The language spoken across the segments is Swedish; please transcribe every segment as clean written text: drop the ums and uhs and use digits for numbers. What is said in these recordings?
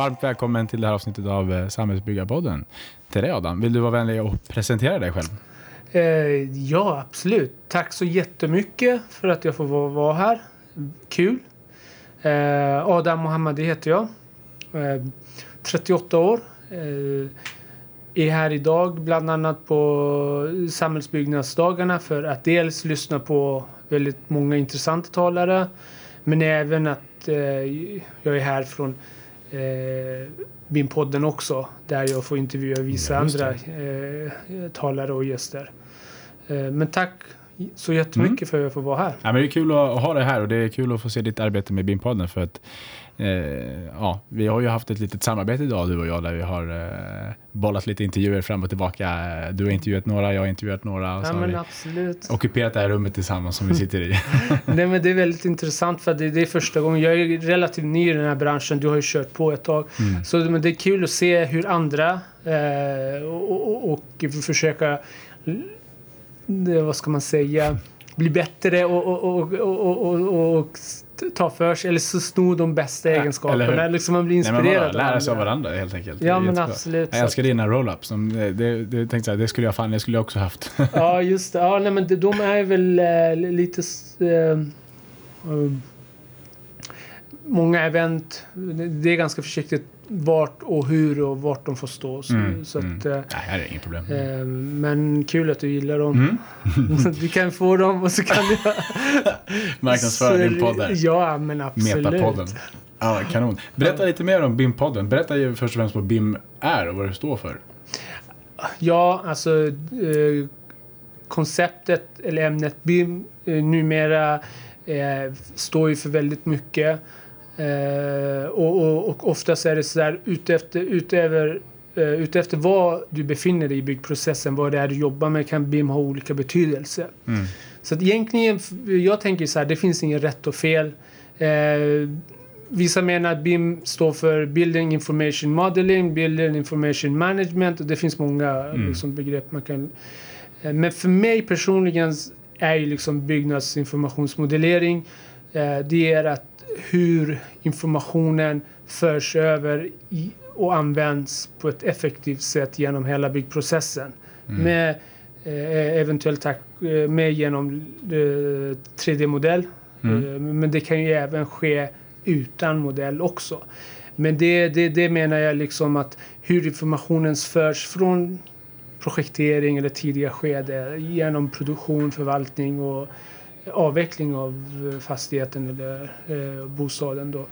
varmt välkommen till det här avsnittet av Samhällsbyggarpodden. Till dig Adam, vill du vara vänlig och presentera dig själv? Ja, absolut. Tack så jättemycket för att jag får vara här. Kul. Adam Mohammadi heter jag. 38 år. Är här idag bland annat på samhällsbyggnadsdagarna för att dels lyssna på väldigt många intressanta talare, men även att jag är här från BIM-podden också, där jag får intervjua vissa andra talare och gäster. Men tack så jättemycket för att jag får vara här. Ja, men det är kul att ha det här, och det är kul att få se ditt arbete med BIM-podden, för att vi har ju haft ett litet samarbete idag, du och jag, där vi har bollat lite intervjuer fram och tillbaka. Du har intervjuat några, jag har intervjuat några, och så har vi absolut ockuperat det här rummet tillsammans som vi sitter i. Nej, men det är väldigt intressant, för det är första gången. Jag är relativt ny i den här branschen, du har ju kört på ett tag. Så men det är kul att se hur andra och försöka, vad ska man säga, bli bättre och ta för sig, eller så sno de bästa egenskaperna. Liksom man blir inspirerad. Lära sig av varandra helt enkelt. Ja, men absolut. Jag älskar dina roll-ups. Det tänkte jag, det skulle jag också haft. Ja, just det. Ja, nej, men de är väl lite många event. Det är ganska försiktigt vart och hur och vart de får stå. Så att, nej, här är inget problem. Men kul att du gillar dem. Du kan få dem och så kan du marknadsföra din podd där. Ja, men absolut. Metapodden. Ja, kanon. Berätta lite mer om BIM-podden. Berätta ju först och främst vad BIM är och vad det står för. Ja, alltså konceptet eller ämnet BIM numera står ju för väldigt mycket. Och oftast är det så där utefter vad du befinner dig i byggprocessen, vad det är du jobbar med, kan BIM ha olika betydelse. Så att egentligen, jag tänker så här, det finns ingen rätt och fel. Vissa menar att BIM står för Building Information Modeling, Building Information Management, och det finns många liksom, begrepp man kan. Men för mig personligen är ju liksom byggnadsinformationsmodellering, det är att hur informationen förs över och används på ett effektivt sätt genom hela byggprocessen. Med eventuellt med genom 3D-modell. Men det kan ju även ske utan modell också. Men det menar jag liksom, att hur informationen förs från projektering eller tidiga skede genom produktion, förvaltning och avveckling av fastigheten eller bostaden då.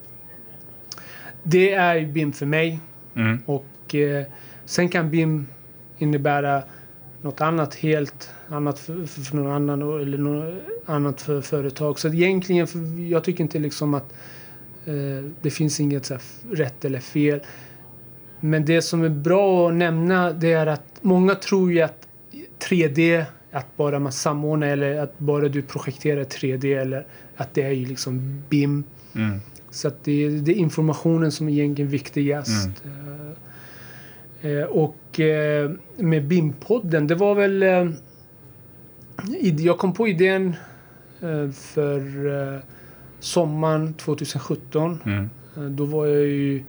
Det är BIM för mig. Och sen kan BIM innebära något annat, helt annat för någon annan, eller något annat för företag. Så egentligen, jag tycker inte liksom att det finns inget så här rätt eller fel. Men det som är bra att nämna, det är att många tror ju att 3D, att bara man samordnar, eller att bara du projekterar 3D, eller att det är ju liksom BIM. Så att det är informationen som är egentligen viktigast. Och med BIM-podden, det var väl jag kom på idén för sommaren 2017. Då var jag ju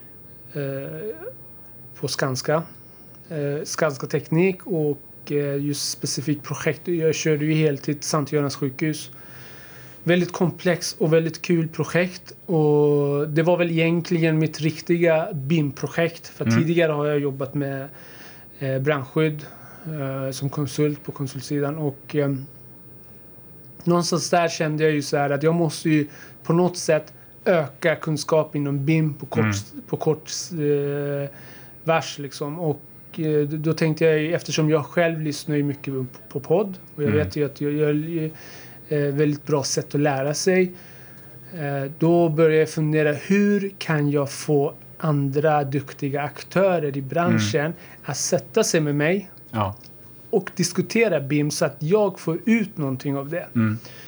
på Skanska Teknik, och just specifikt projekt. Jag körde ju heltid Sankt Görans sjukhus. Väldigt komplex och väldigt kul projekt, och det var väl egentligen mitt riktiga BIM-projekt, för tidigare har jag jobbat med brandskydd som konsult på konsultsidan, och någonstans där kände jag ju så här att jag måste ju på något sätt öka kunskap inom BIM på kort vers liksom. Och då tänkte jag, eftersom jag själv lyssnar ju mycket på podd, och jag vet ju att jag gör väldigt bra sätt att lära sig, då började jag fundera, hur kan jag få andra duktiga aktörer i branschen att sätta sig med mig och diskutera BIM, så att jag får ut någonting av det.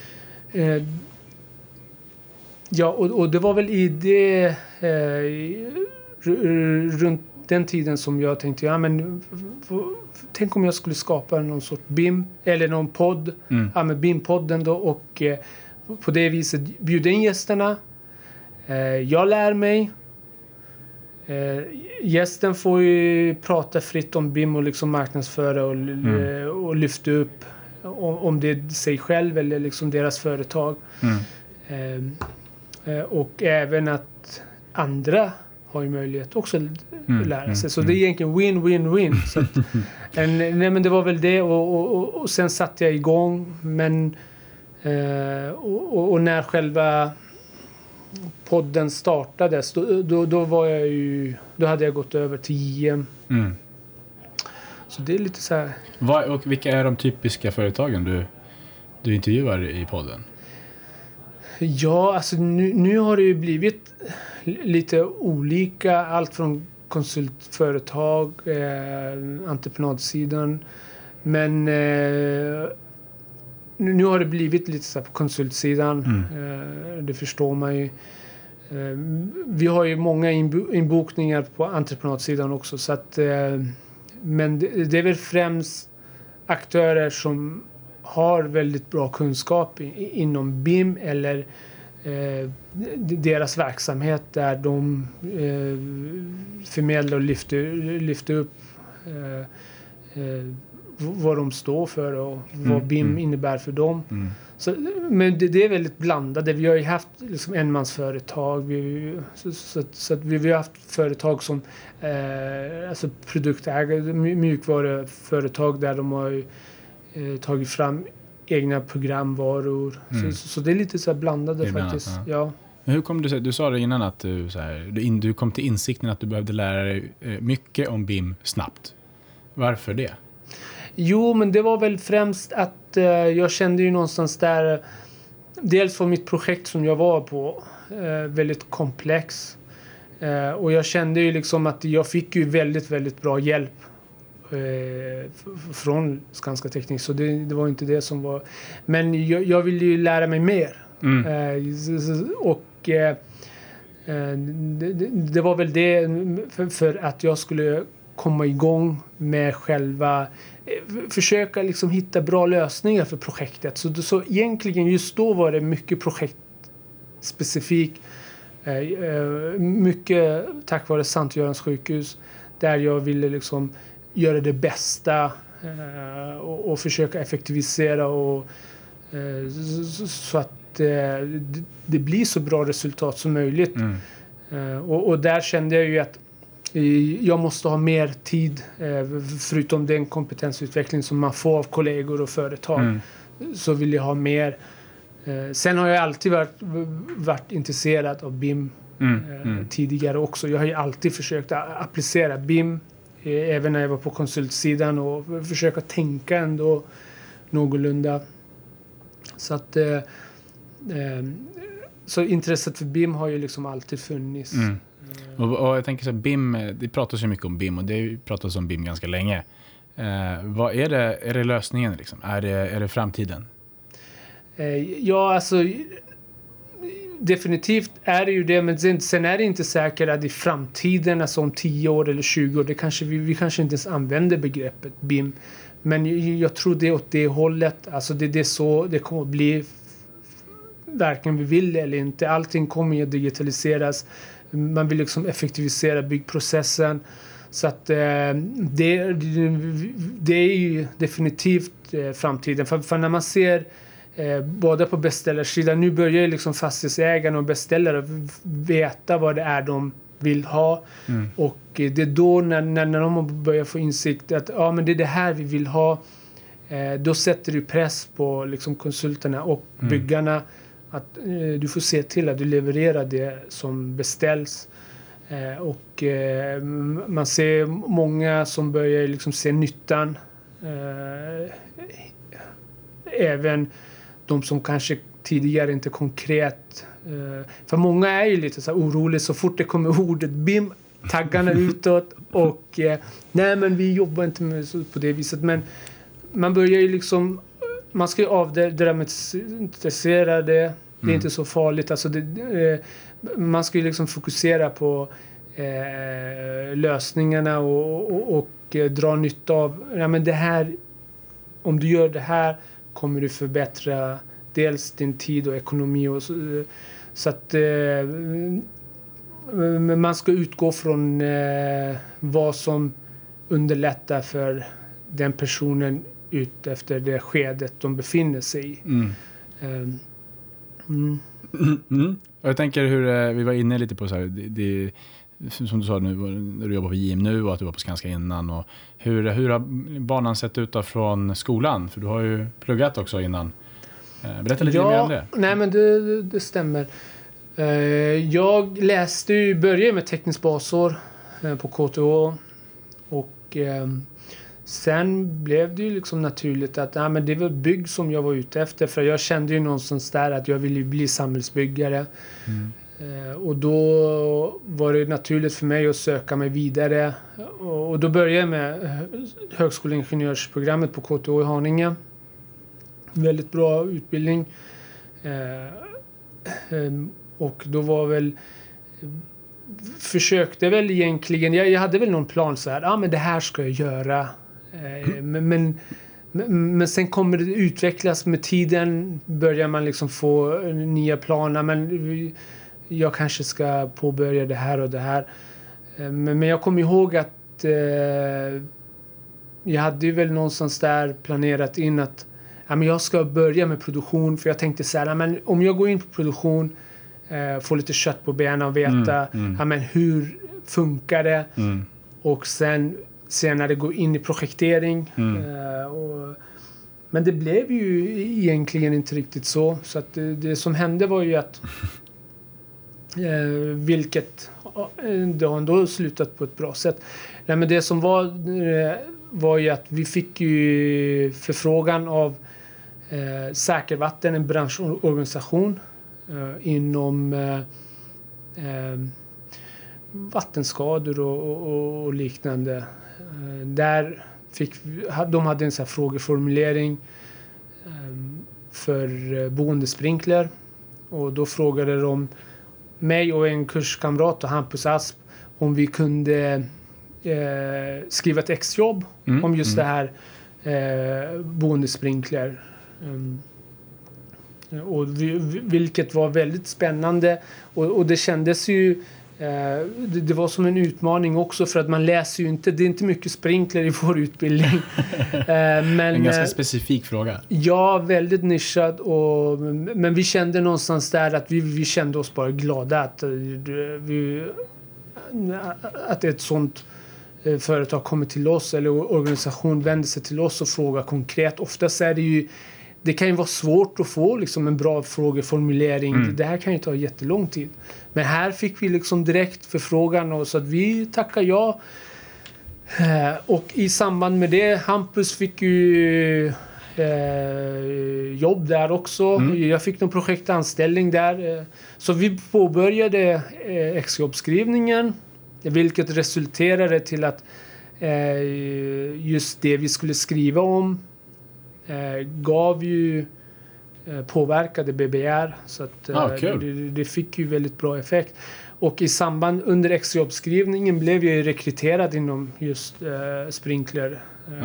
Ja, och det var väl i det runt den tiden som jag tänkte, ja men tänk om jag skulle skapa någon sorts BIM eller någon podd, ja men BIM-podden då, och på det viset bjuda in gästerna. Jag lär mig, Gästen får ju prata fritt om BIM och liksom marknadsföra och lyfta upp om det är sig själv eller liksom deras företag. Och även att andra har ju möjlighet också att lära sig. Så det är egentligen win-win-win. Så att, nej, men det var väl det. Och sen satte jag igång. Men och när själva podden startades, då var jag ju, då hade jag gått över till JM. Så det är lite så här. Och vilka är de typiska företagen du intervjuar i podden? Ja, alltså nu har det ju blivit lite olika. Allt från konsultföretag, entreprenadsidan. Men nu har det blivit lite så här på konsultsidan. Det förstår man ju. Vi har ju många inbokningar på entreprenadsidan också. Så att, men det är väl främst aktörer som har väldigt bra kunskap inom BIM eller deras verksamhet där de förmedlar och lyfter upp vad de står för och vad BIM innebär för dem. Så, men det är väldigt blandade. Vi har ju haft liksom enmansföretag. Så att vi har haft företag som alltså produktägare, mjukvaruföretag där de har tagit fram egna programvaror. Så det är lite så här blandade faktiskt. Ja. Men hur kom du sa det innan att du kom till insikten att du behövde lära dig mycket om BIM snabbt. Varför det? Jo, men det var väl främst att jag kände ju någonstans där, dels var mitt projekt som jag var på väldigt komplex. Och jag kände ju liksom att jag fick ju väldigt, väldigt bra hjälp från Skanska Teknik. Så det var inte det som var. Men jag ville ju lära mig mer. Och det var väl det för att jag skulle komma igång med själva, försöka liksom hitta bra lösningar för projektet. Så egentligen just då var det mycket projektspecifikt. Mycket tack vare Sankt Görans sjukhus, där jag ville liksom göra det bästa och försöka effektivisera och så att det blir så bra resultat som möjligt. Och där kände jag ju att jag måste ha mer tid förutom den kompetensutveckling som man får av kollegor och företag. Så vill jag ha mer. Sen har jag alltid varit intresserad av BIM tidigare också. Jag har ju alltid försökt applicera BIM även när jag var på konsultsidan och försöka tänka ändå någorlunda. Så att så intresset för BIM har ju liksom alltid funnits. Och jag tänker så här, BIM, det pratas ju mycket om BIM och det pratas om BIM ganska länge. Vad är det lösningen liksom? Är det framtiden? Ja, alltså definitivt är det ju det, men sen är det inte säkert att i framtiden, alltså om 10 år eller 20 år, det kanske vi kanske inte ens använder begreppet BIM. Men jag tror det är åt det hållet, alltså det är så det kommer att bli, varken vi vill eller inte. Allting kommer ju att digitaliseras. Man vill liksom effektivisera byggprocessen. Så att det är ju definitivt framtiden. För när man ser både på beställarsidan, nu börjar ju liksom fastighetsägarna och beställare veta vad det är de vill ha. Och det är då när de börjar få insikt att ja, men det är det här vi vill ha. Då sätter du press på liksom konsulterna och byggarna att du får se till att du levererar det som beställs. Och man ser många som börjar liksom se nyttan. Även de som kanske tidigare inte konkret. För många är ju lite så här oroliga så fort det kommer ordet BIM, taggarna utåt och nej, men vi jobbar inte med så på det viset, men man börjar ju liksom, man ska ju avdramatisera det. Det är inte så farligt, alltså man ska ju liksom fokusera på lösningarna och dra nytta av, ja, men det här, om du gör det här kommer du förbättra dels din tid och ekonomi och så att man ska utgå från vad som underlättar för den personen ut efter det skedet de befinner sig i. Jag tänker hur vi var inne lite på så här, det som du sa nu när du jobbar på JM nu och att du var på Skanska innan, och hur har banan sett ut då från skolan? För du har ju pluggat också innan. Berätta lite mer om det. Nej, men det stämmer. Jag började med tekniskt basår på KTH, och sen blev det ju liksom naturligt att men det var bygg som jag var ute efter, för jag kände ju någonstans där att jag ville bli samhällsbyggare. Och då var det naturligt för mig att söka mig vidare, och då började jag med högskoleingenjörsprogrammet på KTH i Haninge. Väldigt bra utbildning. Och då var väl försökte väl egentligen, jag hade väl någon plan så här, men det här ska jag göra. Men sen kommer det utvecklas med tiden, börjar man liksom få nya planer, men jag kanske ska påbörja det här och det här. Men jag kommer ihåg att jag hade ju väl någonstans där planerat in att men jag ska börja med produktion, för jag tänkte så här, men om jag går in på produktion, får lite kött på benen och veta men hur funkar det, och sen senare gå in i projektering. Men det blev ju egentligen inte riktigt så att det som hände var ju att vilket det har ändå slutat på ett bra sätt. Nej, men det som var ju att vi fick ju förfrågan av Säkervatten, en branschorganisation inom vattenskador och liknande. Där de hade en sån här frågeformulering för boendesprinkler, och då frågade de mig och en kurskamrat och Hampus Asp om vi kunde skriva ett exjobb om just det här boendesprinkler. Och vilket var väldigt spännande, och det kändes ju det var som en utmaning också, för att man läser ju inte, det är inte mycket sprinkler i vår utbildning. Men en ganska specifik fråga. Ja, väldigt nischad, men vi kände någonstans där att vi kände oss bara glada att ett sånt företag kommer till oss, eller organisation vänder sig till oss och frågar konkret. Oftast är det kan ju vara svårt att få liksom en bra frågeformulering. Det här kan ju ta jättelång tid. Men här fick vi liksom direkt förfrågan, och så att vi tackar ja. Och i samband med det, Hampus fick ju jobb där också. Jag fick någon projektanställning där. Så vi påbörjade exjobbskrivningen, vilket resulterade till att just det vi skulle skriva om påverkade BBR, så att det fick ju väldigt bra effekt. Och i samband under exjobbskrivningen blev jag rekryterad inom just sprinkler.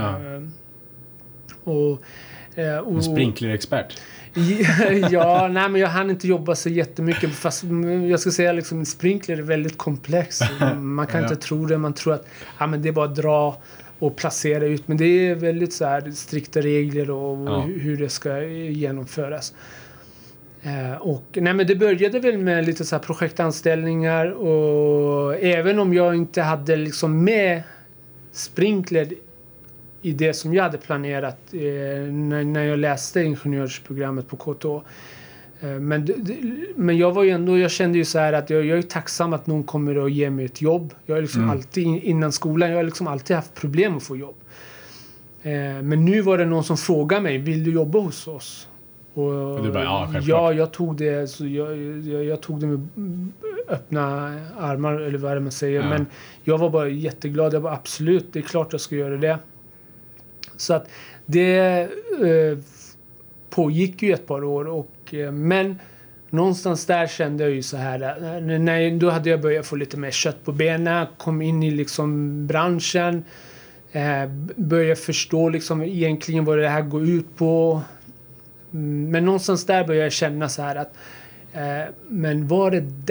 En sprinklerexpert. Ja, nej, men jag hann inte jobba så jättemycket, fast jag ska säga liksom sprinkler är väldigt komplex. Man kan inte tro det, man tror att men det är bara att dra och placera ut, men det är väldigt så här strikta regler och hur det ska genomföras. Och nej, men det började väl med lite så här projektanställningar, och även om jag inte hade liksom med sprinkler i det som jag hade planerat när jag läste ingenjörsprogrammet på KTH. Men jag var ju ändå, jag kände ju så här att jag är tacksam att någon kommer att ge mig ett jobb. Jag har liksom alltid innan skolan, jag har liksom alltid haft problem att få jobb. Men nu var det någon som frågade mig, vill du jobba hos oss? Och du bara, jag tog det, så jag tog det med öppna armar, eller vad är det man säger. Men jag var bara jätteglad, jag var absolut, det är klart jag ska göra det. Så att det pågick ju ett par år, men någonstans där kände jag ju så här, då hade jag börjat få lite mer kött på benen, kom in i liksom branschen, började förstå liksom egentligen vad det här går ut på. Men någonstans där började jag känna så här att Men var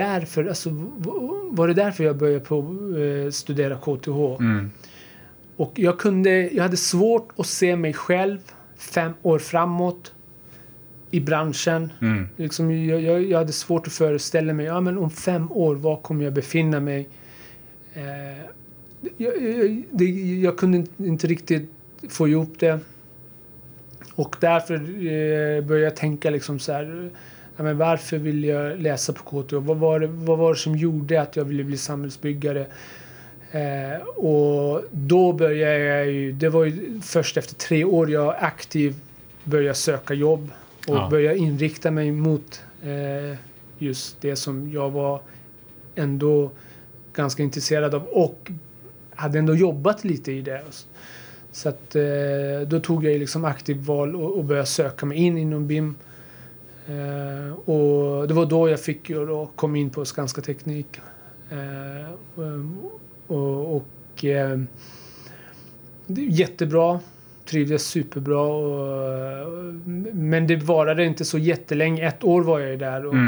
det därför jag började studera KTH? Och jag hade svårt att se mig själv 5 år framåt i branschen. Liksom, jag hade svårt att föreställa mig, men om 5 år, var kommer jag befinna mig? Jag kunde inte riktigt få ihop det. Och därför började jag tänka liksom så här, men varför vill jag läsa på KTH? Vad var det som gjorde att jag ville bli samhällsbyggare? Och då började jag det var ju först efter 3 år jag aktivt började söka jobb och började inrikta mig mot just det som jag var ändå ganska intresserad av och hade ändå jobbat lite i det. Så att då tog jag liksom aktivt val och började söka mig in inom BIM. Och det var då jag kom in på Skanska Teknik. Jättebra, trivdes superbra men det varade inte så jättelänge. 1 år var jag där och,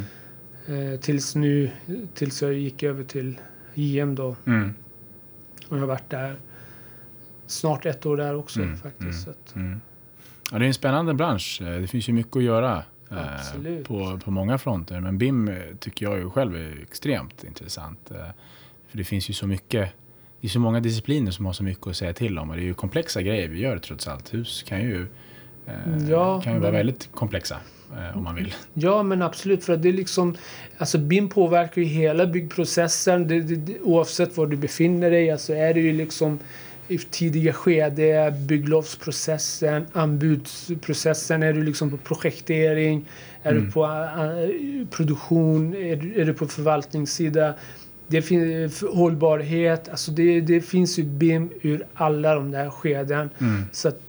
tills jag gick över till JM då. Och jag har varit där snart 1 år där också faktiskt. Ja, det är en spännande bransch. Det finns ju mycket att göra på många fronter. Men BIM tycker jag ju själv är extremt intressant. För det finns ju så mycket, det är så många discipliner som har så mycket att säga till om. Och det är ju komplexa grejer vi gör trots allt. Hus kan ju vara väldigt komplexa om man vill. Ja, men absolut. För att det är liksom, alltså BIM påverkar ju hela byggprocessen. Oavsett var du befinner dig. Alltså är det ju liksom i tidiga skede, bygglovsprocessen, anbudsprocessen, är du liksom på projektering, är du på produktion, är du på förvaltningssida, det finns hållbarhet, alltså det finns ju BIM ur alla de där skeden. Så att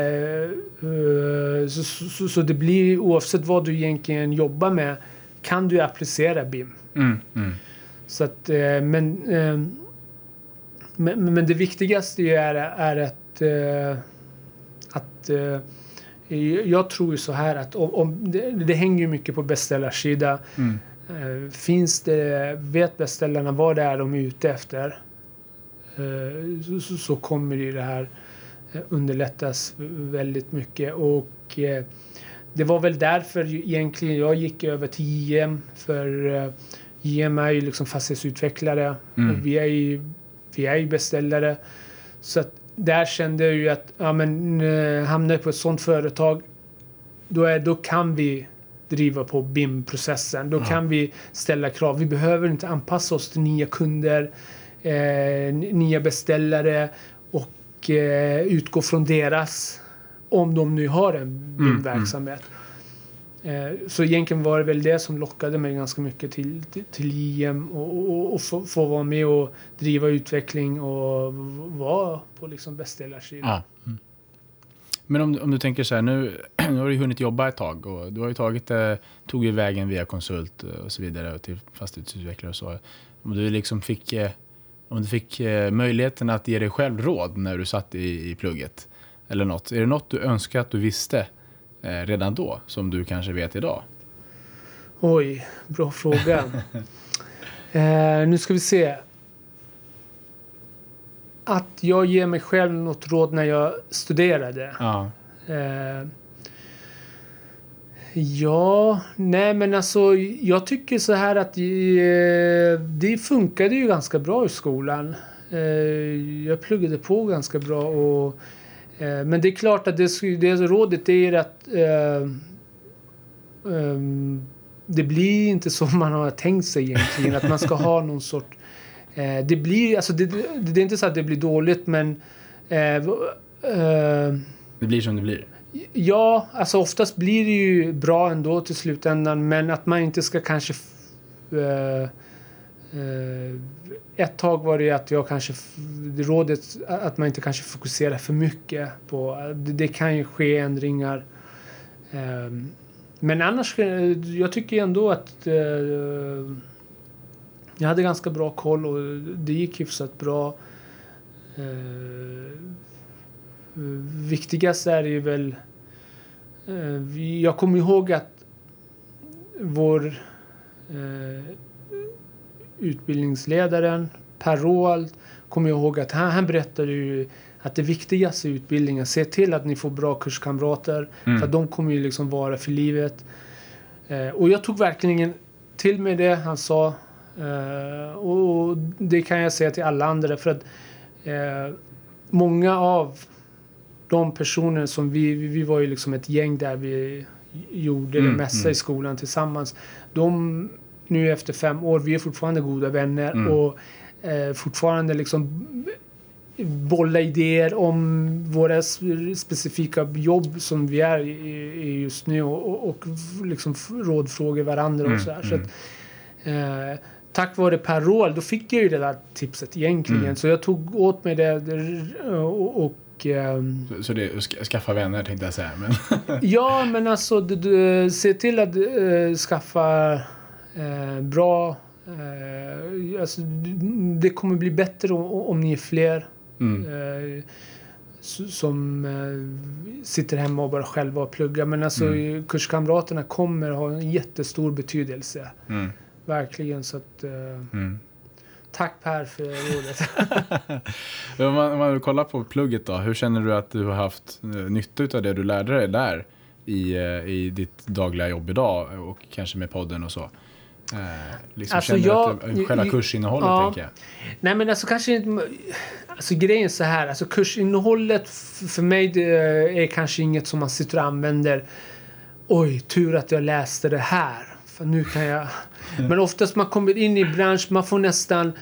så det blir, oavsett vad du egentligen jobbar med, kan du applicera BIM. Så att men det viktigaste är att jag tror ju så här att om det hänger ju mycket på beställarsidan. Vet beställarna vad det är de är ute efter, så kommer ju det här underlättas väldigt mycket. Och det var väl därför egentligen jag gick över till JM, för JM är ju liksom fastighetsutvecklare och vi är ju beställare. Så att där kände jag ju att hamnar på ett sånt företag, då kan vi driva på BIM-processen. Då kan vi ställa krav. Vi behöver inte anpassa oss till nya kunder, nya beställare och utgå från deras, om de nu har en BIM-verksamhet. Så egentligen var det väl det som lockade mig ganska mycket till JM och få vara med och driva utveckling och vara på liksom beställarsidan. Men om du tänker så här, nu har du hunnit jobba ett tag och du har ju tog ju vägen via konsult och så vidare och till fastighetsutvecklare och så. Om du liksom fick möjligheten att ge dig själv råd när du satt i plugget eller något. Är det något du önskar att du visste redan då som du kanske vet idag? Oj, bra fråga. Nu ska vi se. Att jag ger mig själv något råd när jag studerade. Men alltså jag tycker så här att det funkade ju ganska bra i skolan. Jag pluggade på ganska bra men det är klart att det rådet är att det blir inte som man har tänkt sig egentligen, att man ska ha någon sort. Det blir, alltså det är inte så att det blir dåligt, men det blir som det blir. Ja, alltså oftast blir det ju bra ändå till slutändan, men att man inte ska kanske ett tag var det att jag kanske rådet att man inte kanske fokuserar för mycket på det kan ju ske ändringar. Men annars jag tycker ändå att jag hade ganska bra koll och det gick hyfsat bra. Viktigast är det väl jag kommer ihåg att vår utbildningsledaren Per Roald, kommer jag ihåg att han berättade ju att det viktigaste i utbildningen, se till att ni får bra kurskamrater, för att de kommer ju liksom vara för livet. Och jag tog verkligen till mig det han sa, och det kan jag säga till alla andra, för att många av de personer som vi var ju liksom ett gäng där vi gjorde det mesta i skolan tillsammans. De nu efter 5 år, vi är fortfarande goda vänner och fortfarande liksom bolla idéer om våra specifika jobb som vi är i just nu och liksom rådfrågor varandra och så här. Så att, tack vare Per Roald, då fick jag ju det där tipset egentligen. Så jag tog åt mig det och så det skaffa vänner tänkte jag säga. Men ja, men alltså se till att skaffa bra, alltså, det kommer bli bättre om ni är fler som sitter hemma och bara själva och pluggar. Men alltså kurskamraterna kommer ha en jättestor betydelse. Verkligen, så att tack Per för rådet. Om man kollar på plugget då, hur känner du att du har haft nytta av det du lärde dig där i ditt dagliga jobb idag och kanske med podden och så? Liksom alltså själva kursinnehållet tänker jag. Nej, men alltså kanske inte, alltså grejen är så här, alltså kursinnehållet för mig det är kanske inget som man sitter och använder. Oj, tur att jag läste det här, för nu kan jag. Men oftast man kommer in i bransch, man får nästan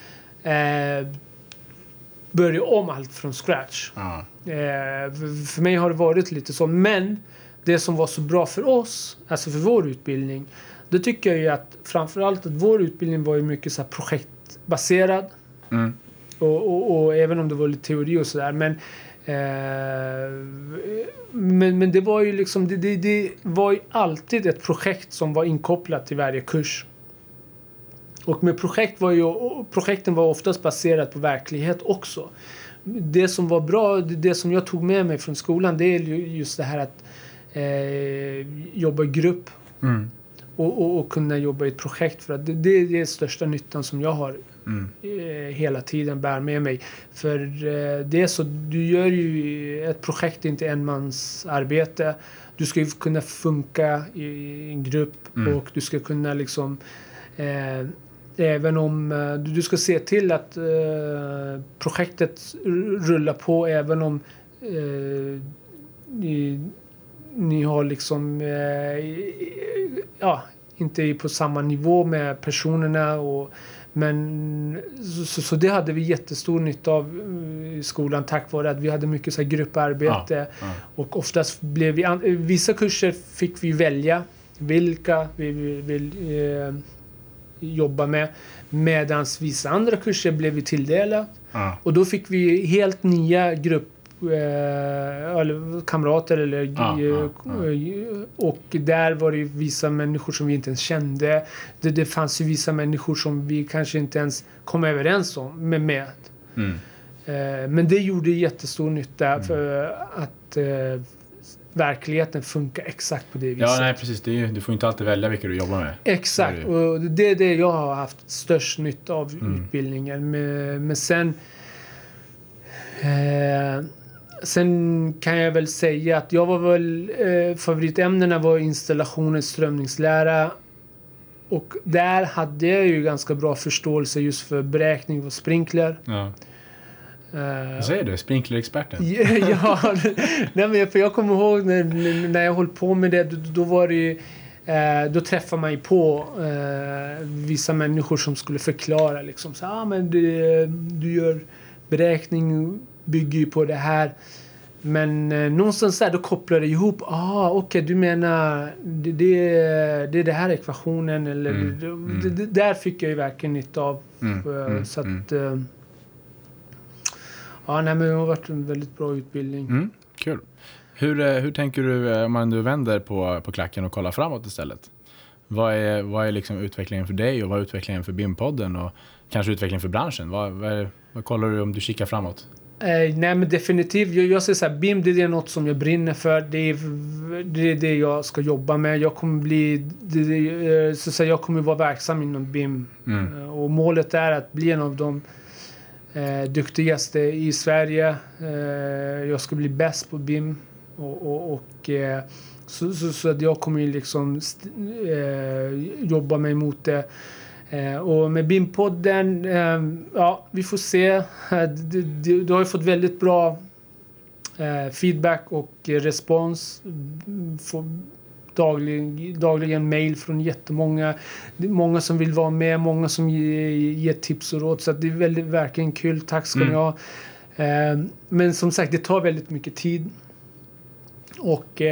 börja om allt från scratch. För mig har det varit lite så, men det som var så bra för oss, alltså för vår utbildning, då tycker jag ju att framförallt att vår utbildning var ju mycket så här projektbaserad. Och även om det var lite teori och sådär. Men det var ju liksom, det var ju alltid ett projekt som var inkopplat till varje kurs. Och med projekten var oftast baserat på verklighet också. Det som var bra, det som jag tog med mig från skolan, det är just det här att jobba i grupp. Och kunna jobba i ett projekt, för att det är största nyttan som jag har hela tiden bär med mig. För det är så, du gör ju ett projekt, inte enmans arbete. Du ska ju kunna funka i en grupp och du ska kunna liksom även om du ska se till att projektet rullar på, även om ni har liksom inte är på samma nivå med personerna men så det hade vi jättestor nytta av i skolan, tack vare att vi hade mycket så här grupparbete och oftast blev vissa kurser fick vi välja vilka vi vill jobba med, medans vissa andra kurser blev vi tilldelat och då fick vi helt nya eller kamrater och där var det vissa människor som vi inte ens kände. Det fanns ju vissa människor som vi kanske inte ens kom överens om med. Men det gjorde jättestor nytta för att verkligheten funkar exakt på det viset. Ja, nej precis, du får inte alltid välja vilka du jobbar med. Exakt, och det är det jag har haft störst nytta av utbildningen. Men sen kan jag väl säga att jag var väl favoritämnena var installationer, strömningslära, och där hade jag ju ganska bra förståelse just för beräkning och sprinkler. Vad säger du? Sprinklerexperten? Ja, nej, men för jag kommer ihåg när jag höll på med det, då var det ju, då träffar man ju på vissa människor som skulle förklara liksom så men du gör beräkning, bygger ju på det här, men någonstans där då kopplar det ihop. Okej, du menar det är det här ekvationen, eller det där fick jag ju verkligen nytta av. Så att men det har varit en väldigt bra utbildning. Kul. Hur tänker du om man nu vänder på klacken och kollar framåt istället? Vad är liksom utvecklingen för dig, och vad är utvecklingen för BIM-podden, och kanske utvecklingen för branschen? Vad kollar du om du kikar framåt? Nej, men definitivt. Jag säger så här, BIM, det är något som jag brinner för. Det är det är det jag ska jobba med. Jag kommer bli, så att säga, jag kommer vara verksam inom BIM. Och målet är att bli en av de duktigaste i Sverige. Jag ska bli bäst på BIM. Så att jag kommer liksom jobba mig mot det. Och med BIM-podden, ja, vi får se. Du har ju fått väldigt bra feedback och respons. Får dagligen mail från jättemånga. Det är många som vill vara med, många som ger tips och råd. Så att det är verkligen kul. Tack ska ni ha. Men som sagt, det tar väldigt mycket tid. Och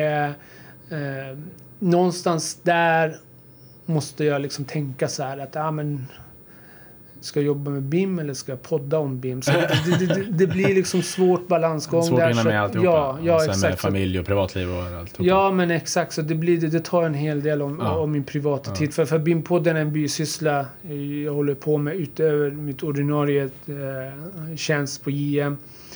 någonstans där måste jag liksom tänka så här att ska jag jobba med BIM eller ska jag podda om BIM? Så det blir liksom svårt balansgång. Svårt att hinna med alltihopa. Ja, och sen exakt. Med familj och privatliv och allt. Ja, men exakt. Så det tar en hel del om min privata tid. För BIM-podden är en bysyssla jag håller på med utöver mitt ordinarie tjänst på JM.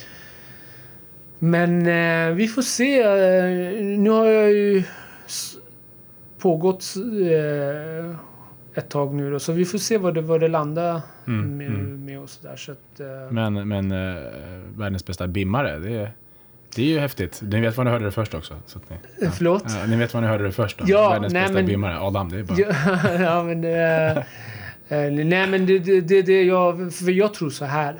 Men vi får se. Nu har jag ju pågått ett tag nu då, så vi får se vad det landar med oss där. Så att, Men världens bästa bimmare, det är ju häftigt. Ni vet vad ni hörde det först också. Så att förlåt? Ja, ni vet vad ni hörde det först då. Ja, världens bästa bimmare. Adam, det är bara... Ja, men nej, men för jag tror så här.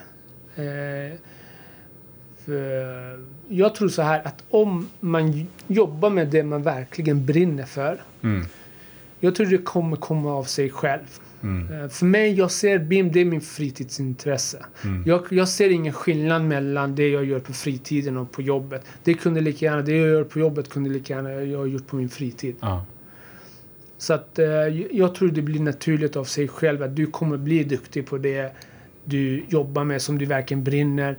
Jag tror så här att om man jobbar med det man verkligen brinner för, jag tror det kommer komma av sig själv. För mig, jag ser BIM, det är min fritidsintresse. Jag ser ingen skillnad mellan det jag gör på fritiden och på jobbet. Det jag gör på jobbet kunde lika gärna jag har gjort på min fritid. Så att jag tror det blir naturligt av sig själv att du kommer bli duktig på det du jobbar med som du verkligen brinner.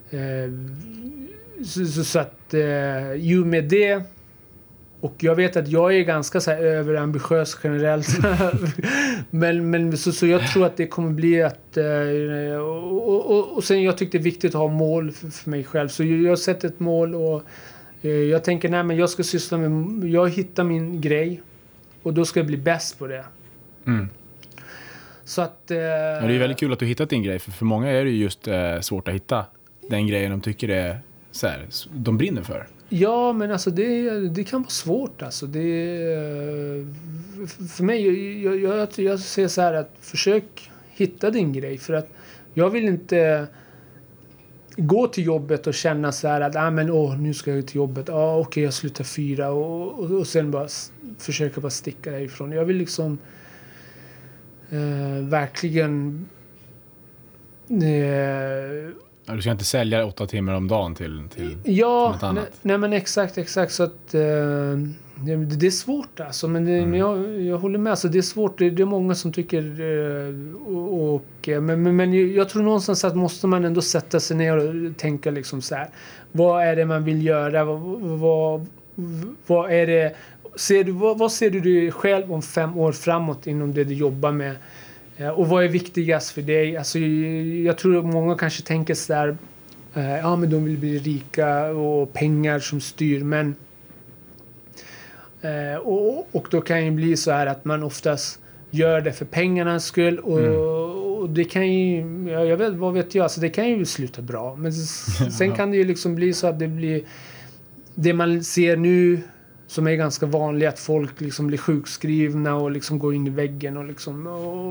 Så att ju med det, och jag vet att jag är ganska så här överambitiös generellt. men så jag tror att det kommer bli att och sen jag tyckte det är viktigt att ha mål för mig själv. Så jag har sett ett mål och jag tänker men jag ska syssla med, jag hittar min grej och då ska jag bli bäst på det. Så att det är väldigt kul att du hittat din grej, för många är det ju just svårt att hitta den grejen de tycker är så här, de brinner för. Ja, men alltså det kan vara svårt alltså. För mig, jag ser så här att försök hitta din grej, för att jag vill inte gå till jobbet och känna så här att nu ska jag till jobbet. Okej, jag slutar 4 och sen bara försöka bara sticka därifrån. Jag vill liksom verkligen du ska inte sälja 8 timmar om dagen till något annat. Nej, men exakt. Så att det är svårt alltså. Men jag håller med. Alltså, det är svårt. Det är många som tycker... Men jag tror någonstans att måste man ändå sätta sig ner och tänka liksom så här. Vad är det man vill göra? Vad är det... Vad ser du dig själv om 5 år framåt inom det du jobbar med? Och vad är viktigast för dig? Alltså, jag tror att många kanske tänker så där, men de vill bli rika och pengar som styr. Men och då kan det bli så här att man oftast gör det för pengarnas skull. Och det kan ju, vad vet jag, alltså det kan ju sluta bra. Men sen kan det ju liksom bli så att det blir det man ser nu, som är ganska vanligt, att folk liksom blir sjukskrivna och liksom går in i väggen och liksom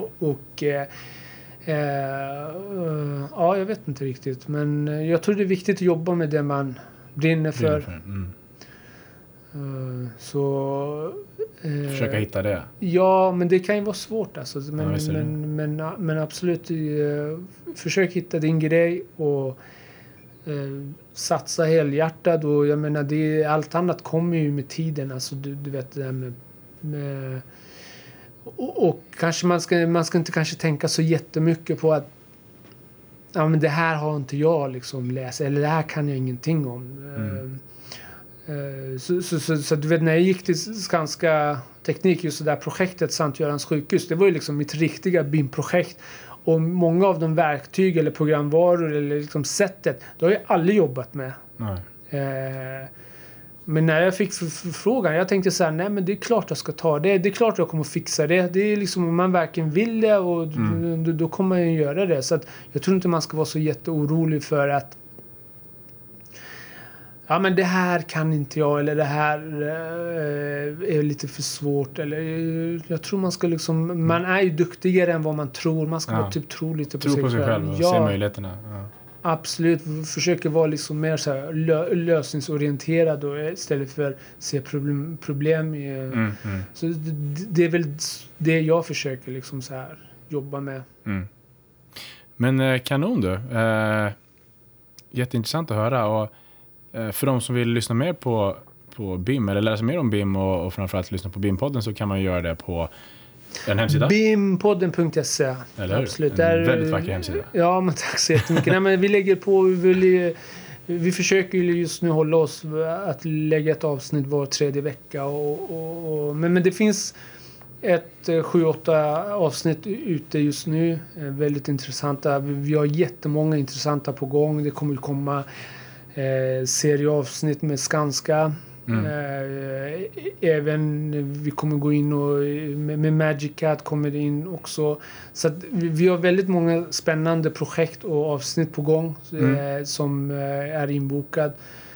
jag vet inte riktigt, men jag tror det är viktigt att jobba med det man brinner för. Så försöka hitta det. Ja, men det kan ju vara svårt alltså. Men absolut försök hitta din grej och satsa helhjärtat, och jag menar allt annat kommer ju med tiden, alltså du vet det där med och kanske man ska inte kanske tänka så jättemycket på att men det här har inte jag liksom läst, eller det här kan jag ingenting om. Så du vet, när jag gick till Skanska Teknik, just det där projektet Sankt Görans sjukhus, det var ju liksom mitt riktiga BIM-projekt. Och många av de verktyg eller programvaror eller liksom sättet, det har jag aldrig jobbat med. Men när jag fick frågan, jag tänkte så här, nej men det är klart jag ska ta det. Det är klart jag kommer fixa det. Det är liksom om man verkligen vill det och då kommer man ju göra det. Så att jag tror inte man ska vara så jätteorolig för att ja men det här kan inte jag, eller det här är lite för svårt, eller jag tror man ska liksom, man är ju duktigare än vad man tror. Man ska bara typ tro lite på sig själv. Och se möjligheterna. Ja. Absolut, försöker vara liksom mer så här lösningsorienterad och istället för att se problem i, så det är väl det jag försöker liksom så här jobba med. Men kanon du. Jätteintressant att höra, och för de som vill lyssna mer på BIM eller lära sig mer om BIM och framförallt lyssna på BIM-podden, så kan man göra det på en hemsida. BIMpodden.se. Absolut. En väldigt vacker hemsida. Ja, men tack så jättemycket. Nej, men vi lägger på, vi försöker ju just nu hålla oss att lägga ett avsnitt var 3:e vecka men det finns 7-8 avsnitt ute just nu, väldigt intressanta. Vi har jättemånga intressanta på gång. Det kommer komma serieavsnitt med Skanska. Även vi kommer gå in och med Magic Cat kommer det in också. Så att vi har väldigt många spännande projekt och avsnitt på gång som är inbokad.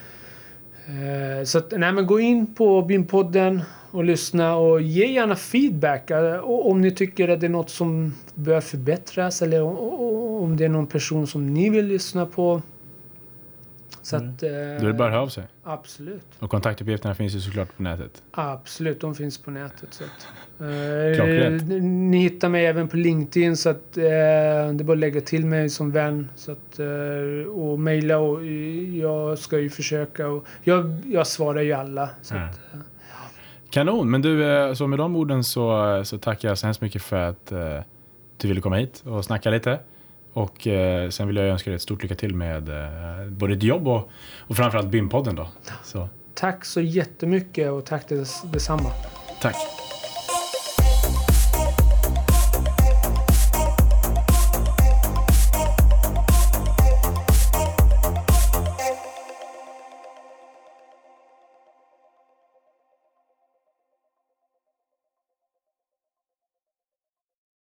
Så att, nej, men gå in på BIM-podden och lyssna och ge gärna feedback om ni tycker att det är något som bör förbättras, eller om det är någon person som ni vill lyssna på. Så att, då är det bara att höra av sig. Absolut. Och kontaktuppgifterna finns ju såklart på nätet. Absolut, de finns på nätet. Så att, ni hittar mig även på LinkedIn, så att det är bara att lägga till mig som vän. Så att, och mejla, och jag ska ju försöka. Och jag svarar ju alla. Så att, kanon, men du, så med de orden så tackar jag så hemskt mycket för att du ville komma hit och snacka lite. Och sen vill jag önska dig ett stort lycka till med både ditt jobb och framförallt BIM-podden då. Så. Tack så jättemycket, och tack detsamma. Tack.